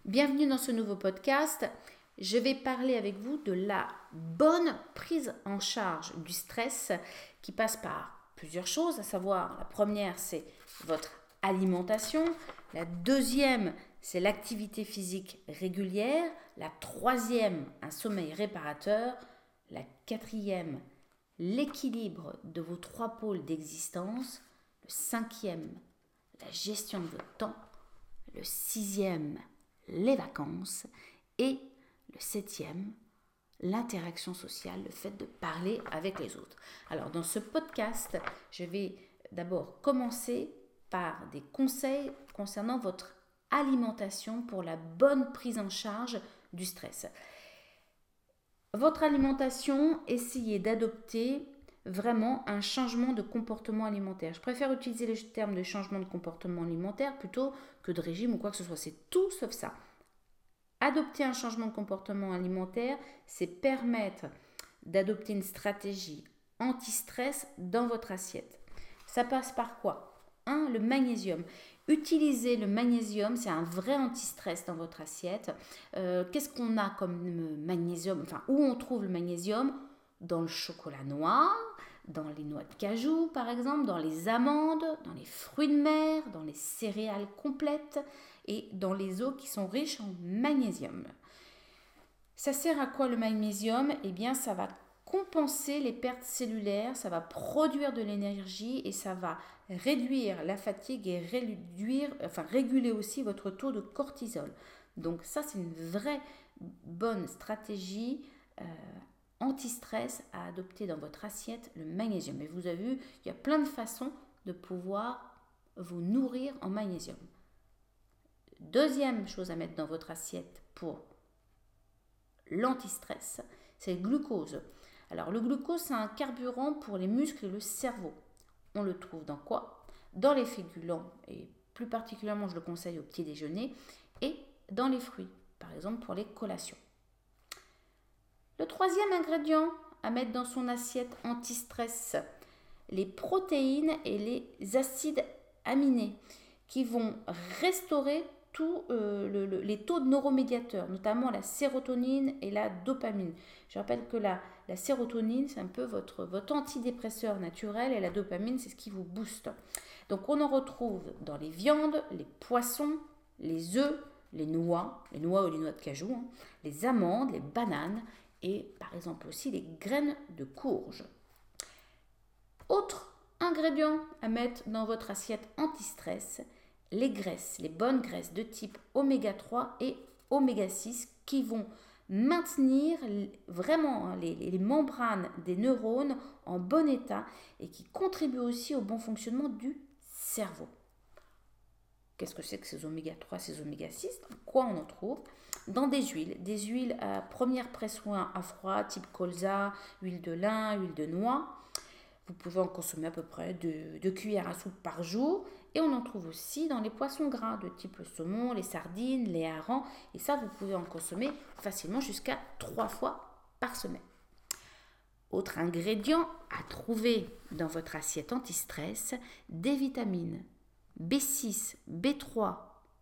Bienvenue dans ce nouveau podcast. Je vais parler avec vous de la bonne prise en charge du stress qui passe par plusieurs choses, à savoir la première c'est votre alimentation, la deuxième c'est l'activité physique régulière, la troisième un sommeil réparateur, la quatrième l'équilibre de vos trois pôles d'existence, le cinquième la gestion de votre temps, le sixième les vacances et le septième, l'interaction sociale, le fait de parler avec les autres. Alors dans ce podcast, je vais d'abord commencer par des conseils concernant votre alimentation pour la bonne prise en charge du stress. Votre alimentation, essayez d'adopter vraiment un changement de comportement alimentaire. Je préfère utiliser le terme de changement de comportement alimentaire plutôt que de régime ou quoi que ce soit. C'est tout sauf ça. Adopter un changement de comportement alimentaire, c'est permettre d'adopter une stratégie anti-stress dans votre assiette. Ça passe par quoi ? Le magnésium. Utilisez le magnésium, c'est un vrai anti-stress dans votre assiette. Qu'est-ce qu'on a comme magnésium ? Où on trouve le magnésium ? Dans le chocolat noir, dans les noix de cajou par exemple, dans les amandes, dans les fruits de mer, dans les céréales complètes et dans les eaux qui sont riches en magnésium. Ça sert à quoi le magnésium ? Eh bien, ça va compenser les pertes cellulaires, ça va produire de l'énergie et ça va réduire la fatigue et réguler aussi votre taux de cortisol. Donc ça, c'est une vraie bonne stratégie anti-stress à adopter dans votre assiette, le magnésium. Et vous avez vu, il y a plein de façons de pouvoir vous nourrir en magnésium. Deuxième chose à mettre dans votre assiette pour l'anti-stress, c'est le glucose. Alors le glucose, c'est un carburant pour les muscles et le cerveau. On le trouve dans quoi ? Dans les féculents, et plus particulièrement je le conseille au petit déjeuner, et dans les fruits, par exemple pour les collations. Le troisième ingrédient à mettre dans son assiette anti-stress, les protéines et les acides aminés qui vont restaurer tous les taux de neuromédiateurs, notamment la sérotonine et la dopamine. Je rappelle que la sérotonine, c'est un peu votre antidépresseur naturel et la dopamine, c'est ce qui vous booste. Donc on en retrouve dans les viandes, les poissons, les œufs, les noix ou les noix de cajou, les amandes, les bananes, et par exemple aussi les graines de courge. Autre ingrédient à mettre dans votre assiette anti-stress, les graisses, les bonnes graisses de type oméga 3 et oméga 6 qui vont maintenir vraiment les membranes des neurones en bon état et qui contribuent aussi au bon fonctionnement du cerveau. Qu'est-ce que c'est que ces oméga 3, ces oméga 6 ? Quoi on en trouve ? Dans des huiles à première pression à froid, type colza, huile de lin, huile de noix. Vous pouvez en consommer à peu près 2 cuillères à soupe par jour. Et on en trouve aussi dans les poissons gras, de type le saumon, les sardines, les harengs. Et ça, vous pouvez en consommer facilement jusqu'à 3 fois par semaine. Autre ingrédient à trouver dans votre assiette anti-stress, des vitamines B6, B3,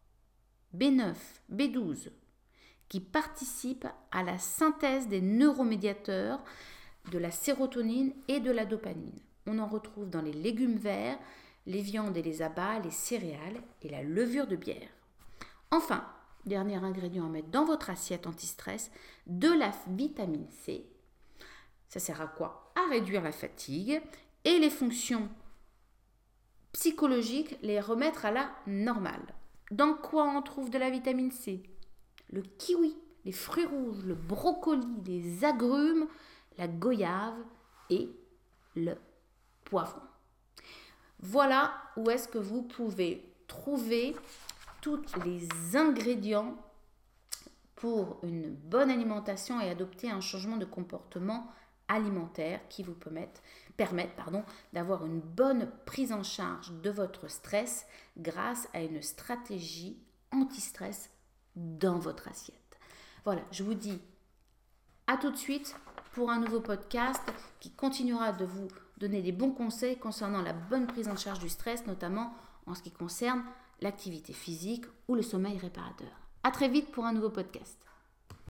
B9, B12, qui participent à la synthèse des neuromédiateurs de la sérotonine et de la dopamine. On en retrouve dans les légumes verts, les viandes et les abats, les céréales et la levure de bière. Enfin, dernier ingrédient à mettre dans votre assiette anti-stress, de la vitamine C. Ça sert à quoi ? À réduire la fatigue et les fonctions psychologiques, les remettre à la normale. Dans quoi on trouve de la vitamine C ? Le kiwi, les fruits rouges, le brocoli, les agrumes, la goyave et le poivron. Voilà où est-ce que vous pouvez trouver tous les ingrédients pour une bonne alimentation et adopter un changement de comportement alimentaire qui vous permettent d'avoir une bonne prise en charge de votre stress grâce à une stratégie anti-stress dans votre assiette. Voilà, je vous dis à tout de suite pour un nouveau podcast qui continuera de vous donner des bons conseils concernant la bonne prise en charge du stress, notamment en ce qui concerne l'activité physique ou le sommeil réparateur. À très vite pour un nouveau podcast.